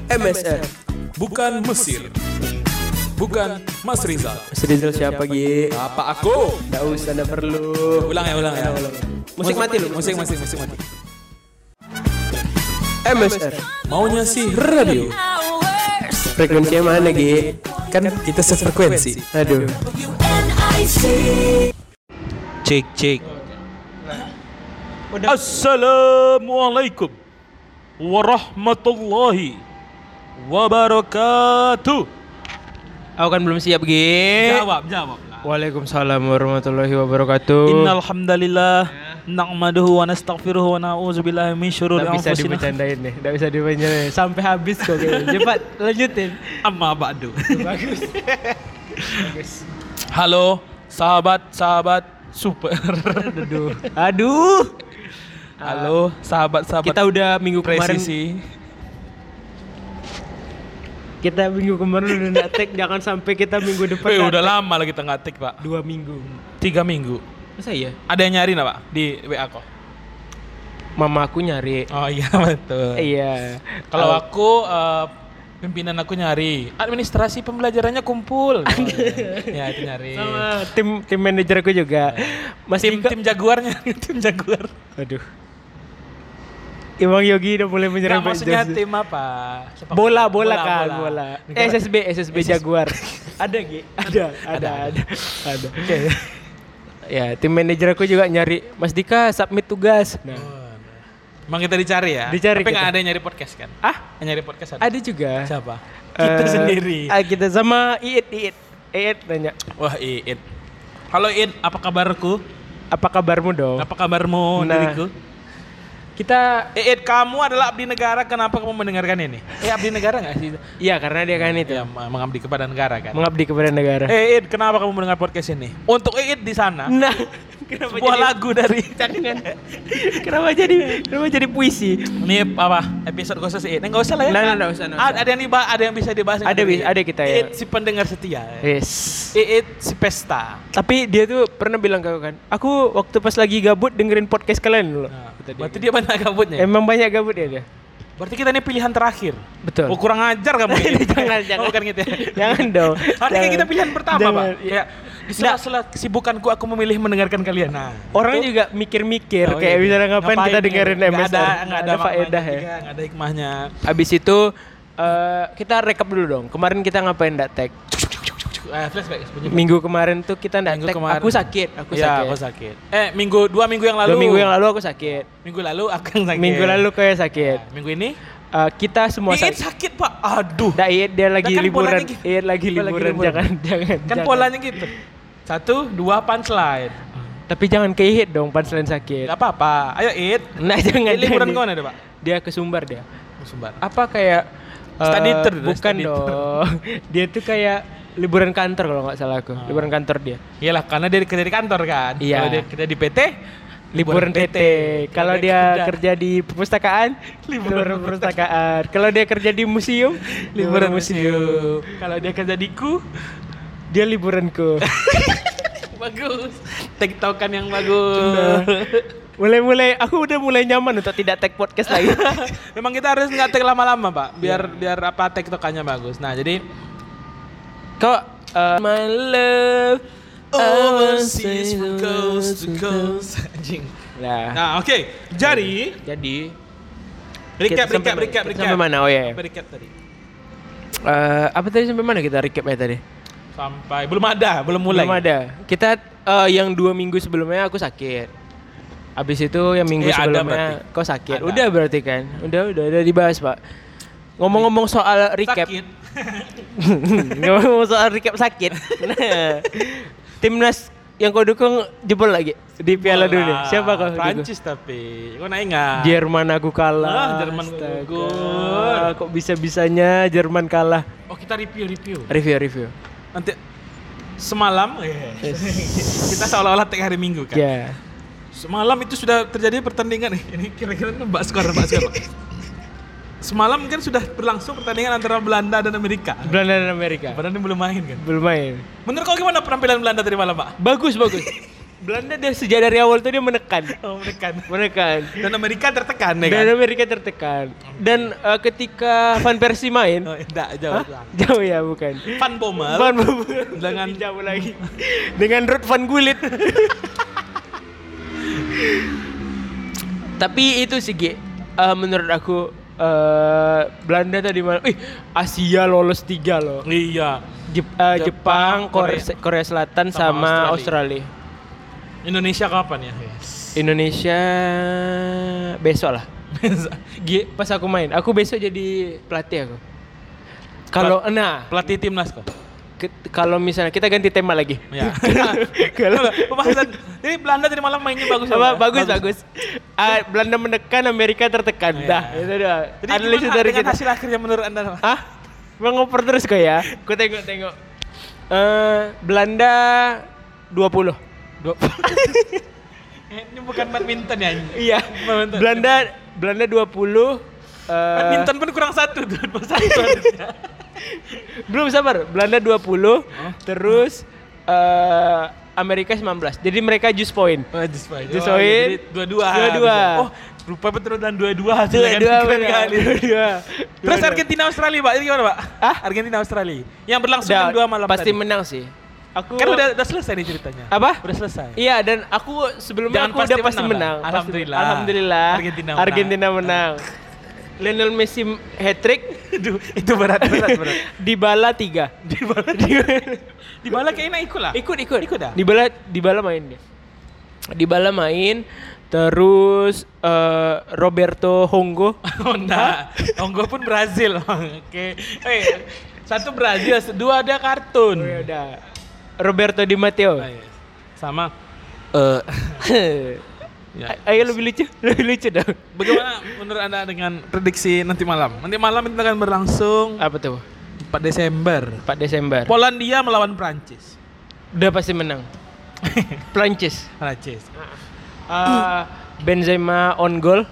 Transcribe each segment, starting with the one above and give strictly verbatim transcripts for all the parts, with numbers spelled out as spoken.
M S R. Bukan Mesir. Bukan Mas Rizal. Mas Rizal siapa Gi? Apa aku? Nggak usah, nggak perlu. Ulang ya, ulang ya. Musik mati lu. Musik, musik, musik mati. M S R. Maunya sih radio. Frekuensinya mana Gi? Kan kita sefrekuensi. Aduh. Cek, cek. Assalamualaikum warahmatullahi wabarakatuh. Aku kan belum siap Gi. Jawab, jawab. Waalaikumsalam warahmatullahi wabarakatuh. Innal hamdalillah nahmaduhu wa nastaghfiruhu wa na'udzu billahi min syururi Nggak bisa anfusina. dibercandain nih, nggak bisa dibercandain sampai habis kok kayaknya. Cepat lanjutin. Amma ba'du. Bagus. Bagus. Halo, sahabat-sahabat super. Aduh. Aduh. Halo, sahabat-sahabat. Kita udah minggu kemarin. presisi. Kita minggu kemarin udah nggak take, jangan sampai kita minggu depan. Weh, nggak udah take. lama lah kita nggak take, Pak. Dua minggu. Tiga minggu. Masa iya? Ada yang nyari nggak, Pak? Di W A kok? Mama aku nyari. Oh iya, betul. Iya. Kalau Al- aku eh, pimpinan aku nyari administrasi pembelajarannya kumpul. Oh, ya itu nyari. sama tim tim manajer aku juga. Mas Tim Dika- tim jaguarnya, tim jaguar. Aduh. Imam Yogi udah mulai Nggak, menyerang maksudnya Jersey. tim apa? Sepak Bola, bola, bola kan, bola. Negara- S S B, S S B Jaguar. Ada Gi? Ada, ada, ada. Ada. Oke. Ya, tim manajer aku juga nyari. Mas Dika submit tugas. Nah, Emang kita dicari ya? Dicari Tapi nggak kita. ada yang nyari podcast kan? ah, Yang nyari podcast ada? ada juga. Siapa? Kita Eh, sendiri. ah, kita sama Iit, Iit. Iit nanya, Wah, Iit. Halo Iit, apa kabarku? apa kabarmu dong? Apa kabarmu Nah. diriku? Kita, Iit, kamu adalah abdi negara, kenapa kamu mendengarkan ini? Eh, abdi negara nggak sih? iya karena dia kan itu Ya, mengabdi kepada negara kan? mengabdi kepada negara. Eh, Iit, kenapa kamu mendengar podcast ini? Untuk Iit di sana, Nah, kenapa sebuah jadi lagu dari jangan? Kenapa jadi kenapa jadi puisi? ini apa? Episode khusus Iit. Enggak usah lah ya. Nah, nah, nggak usah, nggak Ada, usah. ada yang dibahas, ada yang bisa dibahas. Ada, dari bi- ada kita ya. Iit si pendengar setia. Yes. Iit si pesta. Tapi dia tuh pernah bilang ke aku kan, aku waktu pas lagi gabut dengerin podcast kalian dulu. Nah, Kata dia. berarti dia banyak gabutnya. Emang banyak gabut ya dia. Berarti kita ini pilihan terakhir. Betul. Oh, kurang ajar kamu ini. Jangan, jangan. Oh, bukan gitu ya. Jangan dong. Harusnya Jangan. kita pilihan pertama, Jangan. Pak. Kayak di sela-sela kesibukanku aku memilih mendengarkan kalian. Nah, Orang itu- juga mikir-mikir Oh, kayak iya. misalnya ngapain, kita ya? dengerin Nggak M S R. ada, nggak ada, faedah ya. ya. Nggak ada hikmahnya. Abis itu eh, kita rekap dulu dong. Kemarin kita ngapain ndak tag? Eh, flashback. bunyi. Minggu kemarin tuh kita ndak Minggu tag. kemarin. Aku sakit, aku Iya, sakit. aku sakit. Eh, minggu dua minggu yang lalu. Dua minggu yang lalu aku sakit. Minggu lalu aku yang sakit. Minggu lalu kayak sakit. Nah, minggu ini Eh, kita semua Iit sakit. sakit, Pak. Aduh. Ndak, Iit dia lagi Nah, kan liburan. polanya gitu. Iit lagi Oh, lagi liburan. liburan. Jangan, jangan. Kan jangan. polanya gitu. Satu, dua punchline. Tapi jangan ke Iit dong, punchline sakit. Gak apa-apa. Ayo Iit. Nah, jangan. Iit liburan jangan. kemana deh, Pak? Dia ke Sumbar dia. Sumbar. Apa kayak Study eh, tour deh, bukan study tour. dong. Dia tuh kayak liburan kantor kalau nggak salah aku. Ah. Liburan kantor dia. Iyalah, karena dia kerja di kantor kan. Iya. Kalau dia kerja di P T, Liburan P T. Kalau dia kerja di perpustakaan, liburan perpustakaan. Kalau dia kerja di museum, liburan museum. Kalau dia kerja di ku, Dia liburanku. bagus. TikTokan yang bagus. Mulai-mulai aku udah mulai nyaman untuk tidak tag podcast lagi. Memang kita harus nggak tag lama-lama, Pak. Biar biar apa TikTokannya bagus. Nah, jadi Kok eh, my love overseas from coast to coast. Anjing. Nah, Nah, oke. Jadi jadi recap, kita recap, sampai- recap, kita recap. Sampai mana? Oh ya. Sampai recap tadi. Eh, apa tadi sampai mana kita recapnya tadi? Sampai belum ada, belum mulai. Belum ada. Kita eh, yang dua minggu sebelumnya aku sakit. Habis itu yang minggu Eh, ada sebelumnya berarti. kau sakit. Ada. Udah berarti kan? Udah, udah, udah dibahas, Pak. Ngomong-ngomong soal recap. Sakit. Ngomong soal recap sakit. Nah, timnas yang kau dukung jebol lagi di Piala Bola. Dunia. Siapa kau dukung? Prancis tapi. Kau nggak ingat? Jerman aku kalah. Ah, Jerman Astaga. gugur. Kok bisa-bisanya Jerman kalah? Oh, kita review, review. Review, review. Nanti semalam kita seolah-olah tag hari Minggu kan. Ya. Semalam itu sudah terjadi pertandingan. Ini kira-kira nembak skor, nembak skor. Pak. Semalam kan sudah berlangsung pertandingan antara Belanda dan Amerika. Belanda dan Amerika. Padahal ini belum main kan. Belum main. Menurut kau gimana penampilan Belanda tadi malam, Pak? Bagus, bagus. Belanda dia sejak dari awal tuh dia menekan. Oh, menekan. Menekan. Dan Amerika tertekan ya kan? Dan Amerika tertekan. Dan uh, ketika Van Persie main, Oh, enggak, jauh. Hah? Jauh ya bukan. Van Bommel. Van Bommel. Dengan jauh lagi. Dengan Ruud van Gullit. Tapi itu sih G, uh, menurut aku uh, Belanda tadi malam, ih Asia lolos tiga loh. Iya. Jep, uh, Jepang, Jepang, Korea, Korea- Korea Selatan sama sama, Australia. Australia. Indonesia kapan ya? Yes. Indonesia besok lah. G, pas aku main, aku besok jadi pelatih aku. Kalau nah, Pelatih timnas kok. ke- kalau misalnya kita ganti tema lagi. Ya. Kalau Pembahasan ini Belanda tadi malam mainnya bagus apa, ya? bagus bagus. Ah, Belanda menekan, Amerika tertekan. Iya. Dah, itu dah. Jadi Analisis gimana dari dengan kita. hasil akhirnya menurut Anda? Ah, mengoper terus kok ya. Ku tengok-tengok. Eh, Belanda dua puluh. Dua- Eh, ini bukan badminton ya? Iya. Badminton. Belanda Belanda dua puluh. eh, Badminton pun kurang satu tuh, dua satu harusnya. belum sabar. Belanda dua puluh. Terus eh, Amerika sembilan belas. Jadi mereka just point. Oh, just point. Just Oh, point. jadi dua-dua. Dua-dua. Oh, lupa betul dan dua-dua hasilnya kan. Dua-dua Keren benar. kali. Dua-dua. Terus Dua-dua. Argentina Australia, Pak. Ini gimana, Pak? Ah? Argentina Australia. Yang berlangsung Dah, jam dua malam pasti tadi. menang sih. Aku Kan udah udah selesai nih ceritanya. apa? Udah selesai. Iya, dan aku sebelumnya Jangan aku pasti udah pasti menang, menang. Pak. Pasti- Alhamdulillah. Alhamdulillah. Argentina menang. Argentina menang. Lionel Messi hat trick, Aduh, itu berat berat berat. Dybala tiga. Dybala Dybala kayaknya ikut lah. Ikut ikut. Ikut dah. Dybala Dybala main dia. Dybala main, terus eh, Roberto Hongo. Oh enggak. Onggo pun Brazil. Oke. Eh, satu Brazil, dua ada kartun. Oh, ya udah. Roberto Di Matteo. Ah, iya. Sama eh ya. Ayo lebih lucu, lebih lucu dong. Bagaimana menurut Anda dengan prediksi nanti malam? Nanti malam itu akan berlangsung Apa tuh? empat Desember. empat Desember. Polandia melawan Prancis. Udah pasti menang. Prancis. Prancis. Uh, Benzema on goal.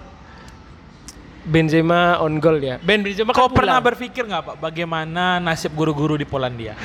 Benzema on goal ya. Ben Benzema Kau kan pernah pulang. berpikir nggak Pak bagaimana nasib guru-guru di Polandia?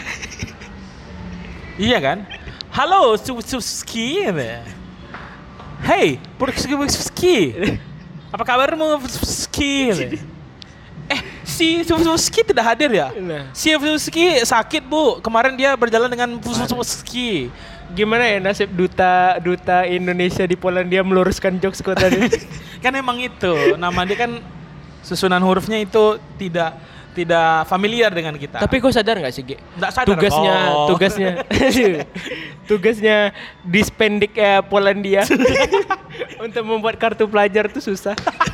Iya kan? Halo, Suski. Hey, Suski. Apa kabarmu, Suski? Eh, si Suski tidak hadir ya? Nah. Si Suski sakit bu. Kemarin dia berjalan dengan Suski. Gimana ya nasib duta duta Indonesia di Polandia meluruskan jokes kau tadi? Kan emang itu. Nama dia kan susunan hurufnya itu tidak tidak familiar dengan kita. Tapi kau sadar nggak sih, Ge? Nggak sadar. Tugasnya, Oh. tugasnya, tugasnya dispendik eh, Polandia untuk membuat kartu pelajar tuh susah.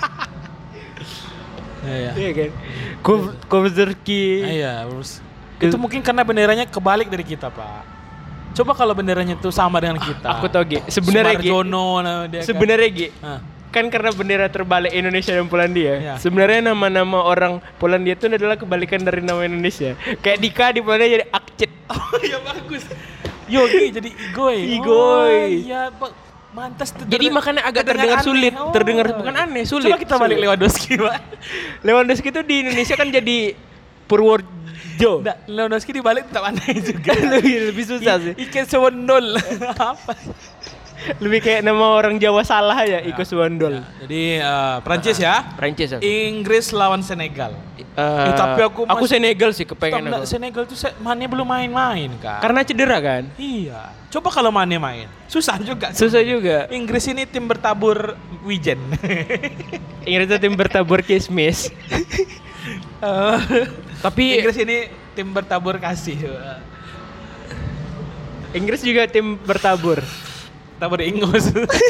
Iya. Iya kan? Ko- Kozerki. Iya, terus itu mungkin karena benderanya kebalik dari kita, Pak. Coba kalau benderanya itu sama dengan kita. Aku tau, Ge. Sebenarnya, Ge. Sumarjono nama dia kan. Sebenarnya, Ge. Hah. Kan karena bendera terbalik Indonesia dan Polandia. Iya. Sebenarnya nama-nama orang Polandia itu adalah kebalikan dari nama Indonesia. Kayak Dika di Polandia jadi Akcit. Oh iya bagus. Yogi jadi Igoy. Igoy. Oh, iya, Pak. Mantas ter- Jadi makanya agak terdengar aneh. sulit. Oh. Terdengar bukan aneh, sulit. Coba kita balik Sulit. Lewandowski, Pak. Lewandowski itu di Indonesia kan jadi Purworejo. Nggak, Lewandowski dibalik tetap aneh juga. lebih, lebih susah sih. Ike Sewondol. Apa? Lebih kayak nama orang Jawa salah ya, Iko Suwandol. Jadi eh, Prancis ya. Prancis aku. Inggris lawan Senegal. Eh, Eh, tapi aku aku masih- Senegal sih kepengen Stop, aku. Senegal tuh se- Mane belum main-main kan. Karena cedera kan. Iya. Coba kalau Mane main. Susah juga. Susah juga. Inggris ini tim bertabur wijen. Inggris itu tim bertabur kismis. Eh, Tapi Inggris ini tim bertabur kasih. Inggris juga tim bertabur. Tabur Inggris.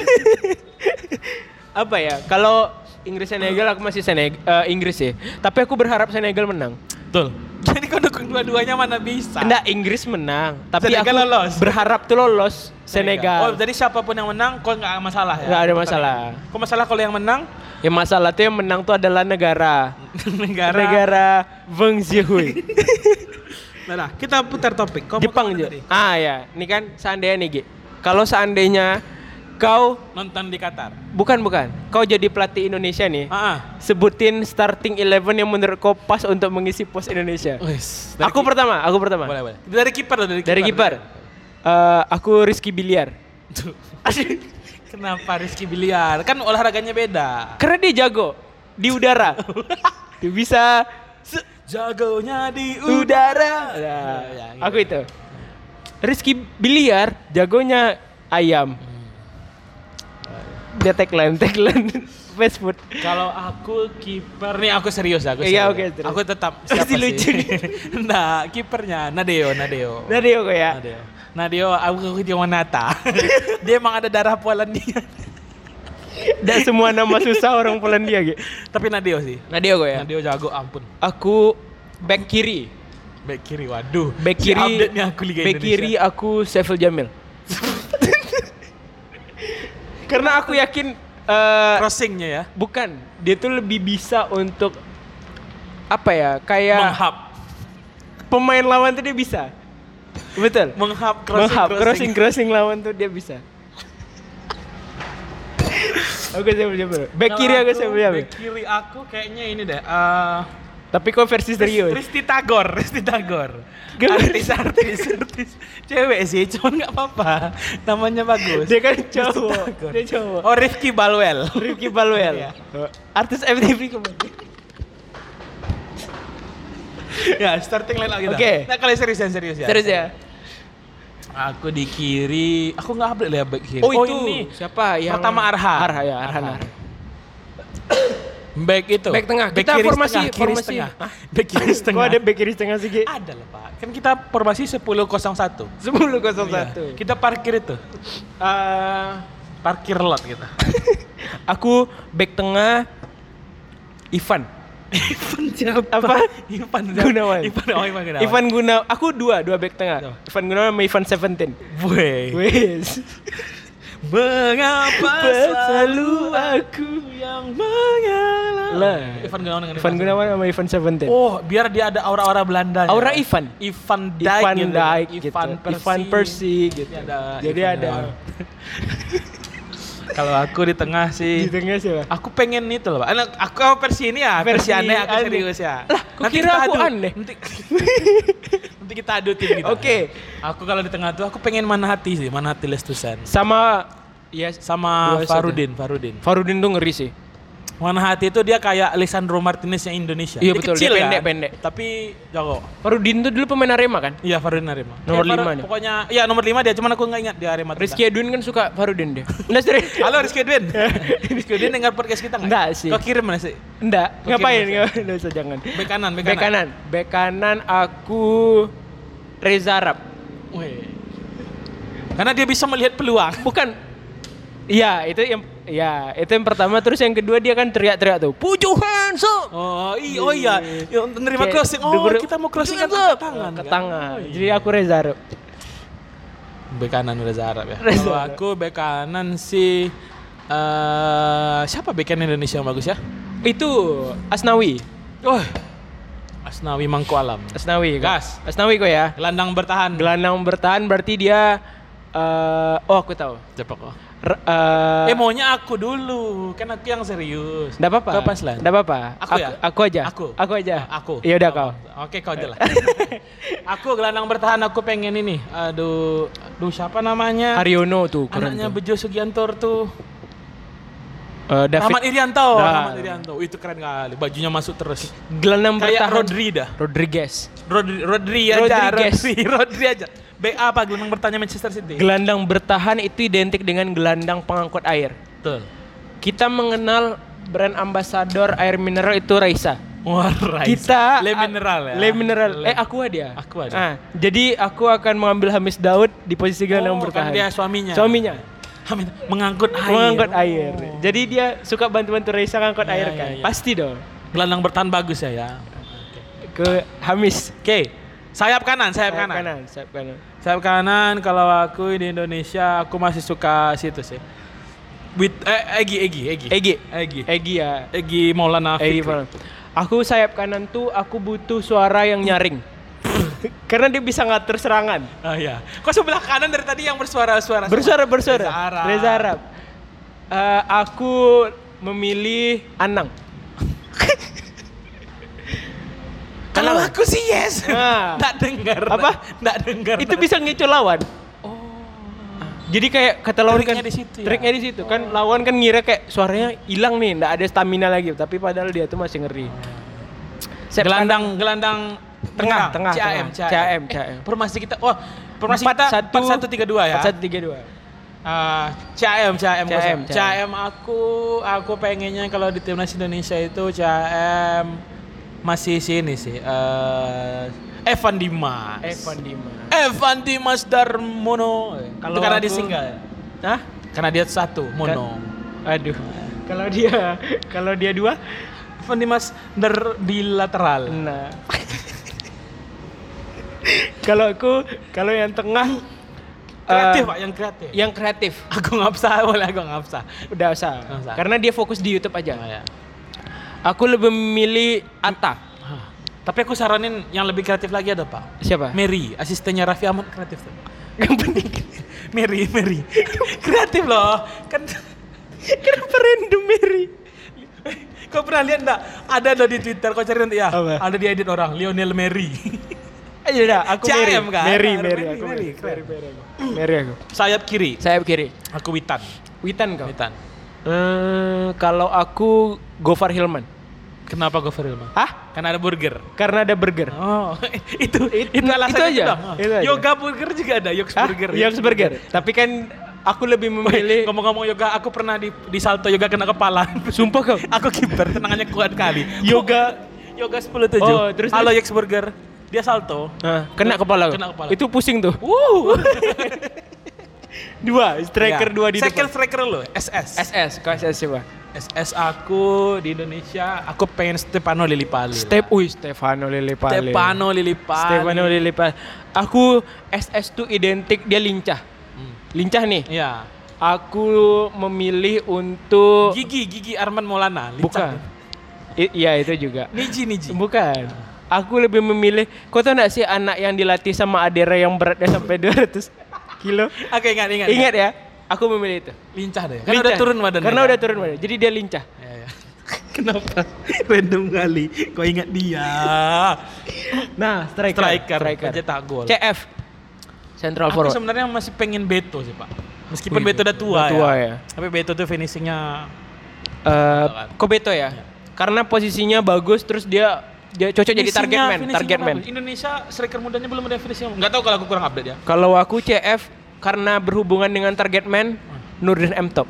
Apa ya? Kalau Inggris Senegal aku masih Senegal Inggris sih. Tapi aku berharap Senegal menang. Betul. Jadi kau dukung dua-duanya mana bisa? Enggak, Inggris menang. Tapi Senegal aku lolos. berharap tuh lolos Senegal. Oh, jadi siapapun yang menang kau nggak masalah ya? Nggak ada masalah. Kau masalah kalau yang menang Yang masalah tuh yang menang tuh adalah negara. negara. Negara Wang Zhihui. Nah, nah, kita putar topik. Kau mau Jepang kemana juga. tadi? Ah ya, ini kan seandainya nih, Gi. Kalau seandainya kau Nonton di Qatar. bukan bukan, kau jadi pelatih Indonesia nih. Ah, ah. Sebutin starting eleven yang menurut kau pas untuk mengisi pos Indonesia. Wes, Aku pertama, aku pertama. boleh boleh. Dari kiper loh, dari kiper. Dari kiper. Eh, aku Rizky Biliar. Tuh. Kenapa Rizky Biliar? Kan olahraganya beda. Karena dia jago di udara. Dia bisa se- Jagonya di udara. udara. Nah, Ya, gitu. aku itu. Rizky Biliar jagonya ayam. Dia tagline, tagline fast food. Kalau aku kiper nih aku serius aku. Iya, serius. oke, terus. Aku tetap Pasti siapa lucu sih? Nah, kipernya Nadeo, Nadeo. Nah dia kok ya. Nadeo. Nadeo aku ke Monata. Dia emang ada darah Polandia. Dan semua nama susah orang Polandia gitu. Tapi Nadeo sih. Nah dia kok ya. Nadeo jago ampun. Aku back kiri. Back kiri, waduh. Back Si kiri. update-nya aku Liga Back Indonesia. kiri aku Saiful Jamil. Karena aku yakin eh, Crossing-nya ya. bukan, dia tuh lebih bisa untuk apa ya? Kayak Menghap. pemain lawan tuh dia bisa. Betul. Menghap crossing, Menghap, crossing. crossing crossing lawan tuh dia bisa. Oke, Saiful Jamil. Back Kalau kiri aku aku, Saiful Jamil. Back kiri aku kayaknya ini deh. eh Tapi kok versi serius? Risti Tagor, Risti Tagor. Gimana? Artis, artis, artis. Cewek sih, cuman nggak apa-apa. Namanya bagus. Dia kan Risti cowok. Tagor. Dia cowok. Oh, Rifki Balwell. Rifki Balwell. Iya. Artis M T V kemarin. Ya, starting line lagi dah. Oke. Nah, kalau serius ya, serius ya. Terus ya. Aku di kiri, aku nggak update lah ya back kiri. Oh, itu ini. siapa yang Pertama Arhan. Arhan ya, Arhan. Arhan. Back itu. Back tengah. Back Kita kiri formasi- setengah, kiri formasi. setengah. Hah? Back kiri setengah. Kok ada back kiri setengah sih, Ki? Ada lah, Pak. Kan kita formasi sepuluh kosong satu. sepuluh kosong Iya. satu. Kita parkir itu. Eh, Parkir lot kita. aku back tengah Ivan. Ivan siapa? Apa? Ivan Gunawan. Ivan oh Ivan Gunawan. Ivan Gunawan. Aku dua, dua back tengah. Siapa? Ivan Gunawan sama Ivan Seventeen. Weh. Wes. Mengapa Selalu aku yang mengalah? Lah. Ivan Gunawan dengan Ivan Gunawan sama Ivan Seventeen. Oh, biar dia ada aura-aura Belanda. Aura Ivan. Ivan Dijk. Ivan gitu. Dijk gitu. Ivan Persie. Ivan Persie gitu. Jadi ada Jadi Ivan ada Gunawan. Kalau aku di tengah di sih. tengah siapa? Aku pengen itu loh, Pak. Anak aku versi ini ya, versi, Versi aneh aku aneh. serius ya. Lah, kok kira kita aku adu. aneh? Nanti, nanti kita adu tim kita. Oke. Aku kalau di tengah tuh aku pengen Manhati sih, Manhati Lestusen. Sama ya Sama Dua Farudin, Farudin. Farudin tuh ngeri sih. Manhati itu dia kayak Lisandro Martinez yang Indonesia. Iya, Dia betul, kecil dia kan, pendek-pendek. tapi jago. Farudin tuh dulu pemain Arema kan? Iya, Farudin Arema. Nomor Eh, Faru- lima nih. Pokoknya, iya nomor lima dia, cuman aku nggak ingat dia Arema. Rizky Edwin kan suka Farudin dia. Enggak serius. Halo Rizky Edwin. Rizky Edwin dengar podcast kita nggak? Nggak sih. Kau kirim mana sih? Enggak, Oke, ngapain? bisa. Enggak usah jangan. Bek kanan, bek Bek kanan. kanan. Bek kanan aku Reza Arab. Weh. Karena dia bisa melihat peluang. Bukan. Iya, itu yang ya, itu yang pertama, terus yang kedua dia kan teriak-teriak tuh. Puju handsome. Oh, iya, oh iya. Ya, menerima Kayak crossing. Oh, denger- kita mau crossing kan Puju ke handsome. tangan. Ke kan? tangan. Oh, iya. Jadi aku Reza Arab. Bek kanan Reza Arab ya. Reza Kalau Arab. aku bek kanan si eh siapa bek kanan Indonesia yang bagus ya? Itu Asnawi. Oh. Asnawi Mangku Alam. Asnawi. kok. Gas. Asnawi kok ya. Gelandang bertahan. Gelandang bertahan berarti dia eh oh aku tahu. Siapa kok? R- eh, Eh maunya aku dulu, kan aku yang serius. Enggak apa-apa. Kau pas lah. Enggak apa-apa. Aku ya? Aku aja. Aku. Aku aja. Aku. Ya udah Oh, kau. Oke kau aja lah. Aku gelandang bertahan aku pengen ini. Aduh, aduh siapa namanya? Haryono tuh keren Anaknya tuh. Bejo Sugianto tuh. Eh, David Rahmat Irianto. Dah. Rahmat Irianto. Itu keren kali. Bajunya masuk terus. gelandang Kayak bertahan. Rodri dah. Rodriguez. Rodri, Rodri aja. Rodriguez. Rodri, Rodri aja. B A apa gelandang bertahannya Manchester City? Gelandang bertahan itu identik dengan gelandang pengangkut air. Betul. Kita mengenal brand ambassador air mineral itu Raisa. Wah, Raisa. Kita Le Mineral ya. Le Mineral. Le- Eh Aqua dia. Aqua dia. Ah, jadi aku akan mengambil Hamis Daud di posisi gelandang Oh, kan bertahan. dia suaminya. Suaminya. Amin. Mengangkut air. Mengangkut air. Oh. Jadi dia suka bantu-bantu Raisa ngangkut Ya, air ya, kan. ya. Pasti dong. Gelandang bertahan bagus ya ya. Ke Hamis. Oke. Sayap kanan, sayap, Sayap kanan. kanan, sayap kanan. Sayap kanan kalau aku di Indonesia aku masih suka situ sih. With eh, Egi Egi Egi. Egi. Egi. Egi ya. Egi Maulana Egi Fikri. Maulana. Aku sayap kanan tuh aku butuh suara yang nyaring. Karena dia bisa ngatur serangan. Oh iya. Kok sebelah kanan dari tadi yang bersuara-suara? Bersuara bersuara. Reza Arab. Reza Arab. Eh, aku memilih Anang. Kalau Kenapa? aku sih yes. Nah. Nggak dengar. Apa? Nggak dengar. Itu bisa ngeco lawan. Oh. Jadi kayak kata lawan kan Triknya di situ ya? Triknya di situ kan lawan kan ngira kayak suaranya hilang nih, enggak ada stamina lagi, tapi padahal dia tuh masih ngeri. Sep Gelandang gelandang Tengah, tengah, tengah, C A M, tengah. C A M, C A M. Eh, formasi kita, wah, formasi kita empat satu tiga dua ya. empat satu tiga dua. Ah, C A M, C A M, C A M, C A M aku, aku pengennya kalau di timnas Indonesia itu C A M masih sini sih. Uh, Evan Dimas. Evan Dimas. Evan Dimas Darmono. Kalau Itu karena aku- dia single. Hah? Karena dia satu, mono. Aduh. Kalau dia kalau dia dua, Evan Dimas dar di lateral. nah. Kalau aku kalau yang tengah Kreatif eh, Pak, yang kreatif. yang kreatif. Aku nggak usah, boleh aku nggak usah. Udah usah. Nggak usah. Karena dia fokus di YouTube aja. Oh, ya. Aku lebih memilih Atta. Hah. Tapi aku saranin yang lebih kreatif lagi ada Pak. Siapa? Mary, asistennya Raffi Ahmad kreatif tuh. Yang penting. Mary, Mary. kreatif loh. Kan Kenapa random Mary? kau pernah lihat enggak? Ada loh di Twitter, kau cari nanti ya. Apa? Ada di edit orang, Lionel Mary. Ayo dah, aku C A M Mary. kan? Mary, Mary, Mary, Mary, aku Mary, Mary. keren. Mary, Mary aku. Mary aku. Sayap kiri. Sayap kiri. Aku Witan. Witan kau. Witan. Eh, kalau aku Gofar Hilman. Kenapa gue Firman? Hah? Karena ada burger. Karena ada burger. Oh, itu Itu- itu alasan itu aja? doang. Itu aja? Yoga burger juga ada, Yogs Hah? burger. Yogs Burger. Tapi kan aku lebih memilih Ngomong-ngomong yoga, aku pernah di, di salto yoga kena kepala. sumpah kau. aku kiper, tenangannya kuat kali. Yoga Yoga sepuluh tujuh. Oh, terus- Halo Yogs burger. Dia salto. Nah, kena kepala. kau. Kena kepala. Itu pusing tuh. Wuh. Dua, striker Ya. dua di Second depan. striker lo, S S. S S, kau S S siapa? S S aku di Indonesia, aku pengen Stefano Lillipali. Step, wih, Stefano Lillipali. Stefano Lillipali. Stefano Lillipali. Aku S S tuh identik dia lincah. Hmm. Lincah nih. Iya. Aku memilih untuk Gigi, Gigi Arman Maulana. lincah. bukan. I- Iya itu juga. Niji, Niji. Bukan. Aku lebih memilih. Kau tahu nggak sih anak yang dilatih sama Adera yang beratnya sampai dua ratus kilo? Oke, ingat, ingat. Ingat ya. Aku memilih itu. Lincah deh. Karena Lincah. udah turun badannya. Karena kan? udah turun badan. Jadi dia lincah. Ya, ya. Kenapa? Random kali. Kau ingat dia. Nah, striker. Striker. striker. Pencetak gol. C F. Central Aku forward. sebenarnya masih pengen Beto sih, Pak. Meskipun Wih, Beto udah tua, udah tua ya. ya. Tapi Beto tuh finishingnya Eh, Kobeto ya. Karena posisinya bagus terus dia dia cocok jadi target finishingnya- man, finishingnya target man. bagus. Indonesia striker mudanya belum ada finishing. Enggak tahu kalau aku kurang update ya. Kalau aku C F karena berhubungan dengan target man, Nurdin M Top.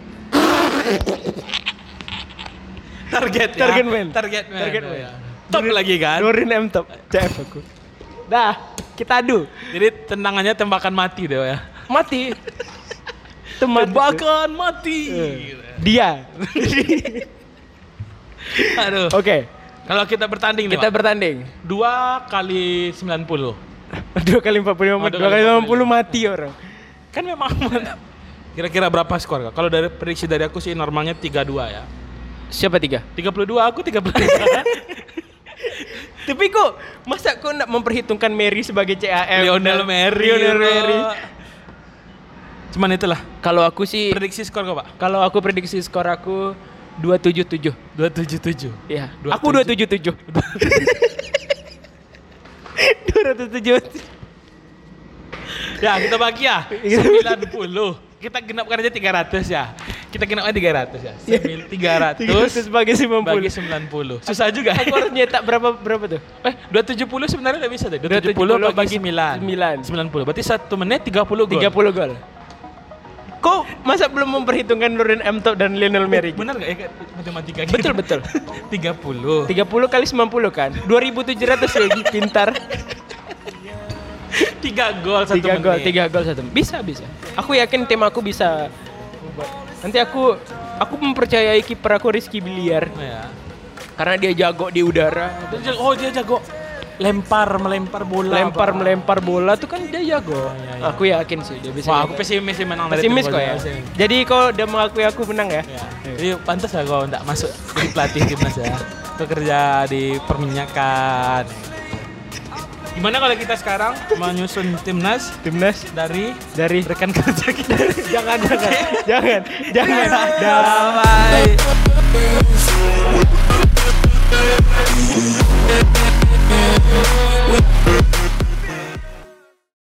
Target ya. Target man. Target man. Target Oh, man. ya. Top lagi kan. Nurdin M Top, C F aku. Dah, kita adu. Jadi tendangannya tembakan mati deh ya. Mati. Teman Tembakan mati. dia. Aduh. Oke, Kalau kita bertanding nih, kita Pak. bertanding. dua kali sembilan puluh. Dua kali empat puluh lima, Oh, dua dua kali kali empat lima puluh puluh mati orang. Kan memang kira-kira berapa skor? Kak? Kalau dari prediksi dari aku sih normalnya tiga dua ya. Siapa tiga? tiga puluh dua aku tiga puluh dua. Tapi kok masa kok enggak memperhitungkan Mary sebagai C A M? Lionel Messi. Lionel Messi. Cuman itulah Kalau aku sih, prediksi skor kok, Pak. kalau aku prediksi skor aku dua tujuh tujuh. dua tujuh tujuh. Iya, Dua aku dua tujuh tujuh. dua ratus tujuh. Ya, kita bagi ya. sembilan puluh. Kita genapkan aja tiga ratus ya. Kita genapkan tiga ratus ya. tiga ratus bagi sembilan puluh. bagi sembilan puluh. Susah juga. Aku harus nyetak berapa berapa tuh? Eh, dua tujuh puluh sebenarnya udah bisa deh. dua tujuh puluh bagi bagi sembilan. sembilan. sembilan puluh. Berarti satu menit tiga puluh gol. tiga puluh gol. Kok masa belum memperhitungkan Nurdin M Top dan Lionel Messi? Benar enggak ya Kak, matematika gitu? Betul betul. tiga puluh. tiga puluh kali sembilan puluh kan? dua ribu tujuh ratus lagi pintar. tiga gol satu tiga menit. gol, tiga gol satu. Bisa, bisa. Aku yakin tim aku bisa. Nanti aku aku mempercayai kiper aku Rizky Biliar Oh, ya. karena dia jago di udara. Dia jago- Oh, dia jago lempar melempar bola. Lempar Pak. melempar bola tuh kan dia jago. iya, iya. Aku yakin sih dia bisa. Wah, jago. aku pesimis sih menang dari pesimis tim kok gol. ya. Pesimis. Jadi kau udah mengakui aku menang ya? Ya. Jadi pantas ya kau enggak masuk jadi pelatih timnas ya. Kau kerja di perminyakan. Gimana kalau kita sekarang menyusun timnas Timnas dari dari rekan kerja kita? jangan jangan jangan jangan. Bye.